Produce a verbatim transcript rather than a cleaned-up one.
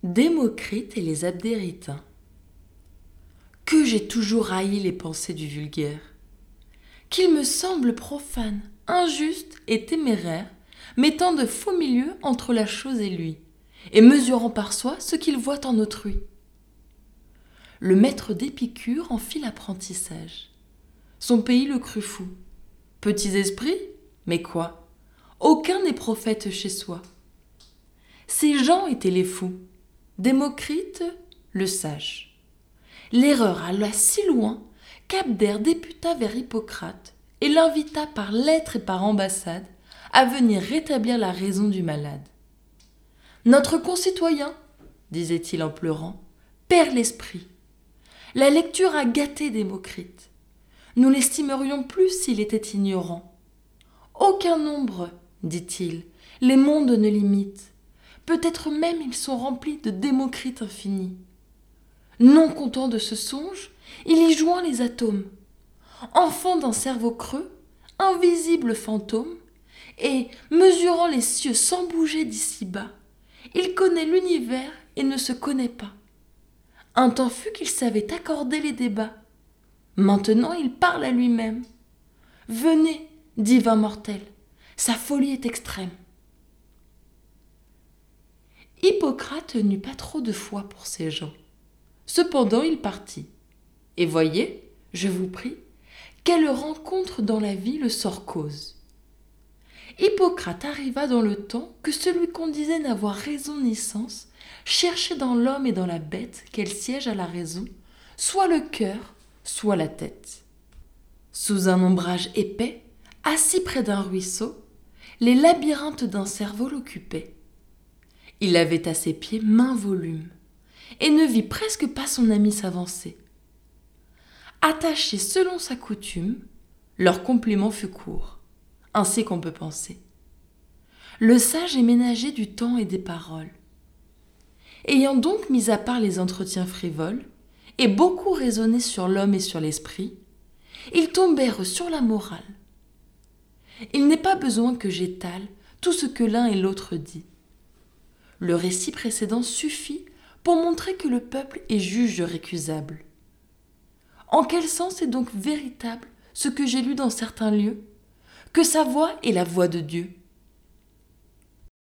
Démocrite et les Abdéritains. Que j'ai toujours haï les pensées du vulgaire, qu'il me semble profane, injuste et téméraire, mettant de faux milieux entre la chose et lui, et mesurant par soi ce qu'il voit en autrui. Le maître d'Épicure en fit l'apprentissage. Son pays le crut fou. Petits esprits, mais quoi? Aucun n'est prophète chez soi. Ces gens étaient les fous. Démocrite, le sage. L'erreur alla si loin qu'Abdère députa vers Hippocrate et l'invita par lettre et par ambassade à venir rétablir la raison du malade. Notre concitoyen, disait-il en pleurant, perd l'esprit. La lecture a gâté Démocrite. Nous l'estimerions plus s'il était ignorant. Aucun nombre, dit-il, les mondes ne limitent. Peut-être même ils sont remplis de Démocrite infini. Non content de ce songe, il y joint les atomes. Enfant d'un cerveau creux, invisible fantôme, et, mesurant les cieux sans bouger d'ici-bas, il connaît l'univers et ne se connaît pas. Un temps fut qu'il savait accorder les débats. Maintenant il parle à lui-même. Venez, divin mortel, sa folie est extrême. Hippocrate n'eut pas trop de foi pour ces gens. Cependant il partit. Et voyez, je vous prie, quelle rencontre dans la vie le sort cause. Hippocrate arriva dans le temps que celui qu'on disait n'avoir raison ni sens cherchait dans l'homme et dans la bête qu'elle siège à la raison, soit le cœur, soit la tête. Sous un ombrage épais, assis près d'un ruisseau, les labyrinthes d'un cerveau l'occupaient. Il avait à ses pieds maints volumes, et ne vit presque pas son ami s'avancer. Attachés selon sa coutume, leur compliment fut court, ainsi qu'on peut penser. Le sage est ménager du temps et des paroles. Ayant donc mis à part les entretiens frivoles, et beaucoup raisonné sur l'homme et sur l'esprit, ils tombèrent sur la morale. Il n'est pas besoin que j'étale tout ce que l'un et l'autre dit. Le récit précédent suffit pour montrer que le peuple est juge récusable. En quel sens est donc véritable ce que j'ai lu dans certains lieux, que sa voix est la voix de Dieu,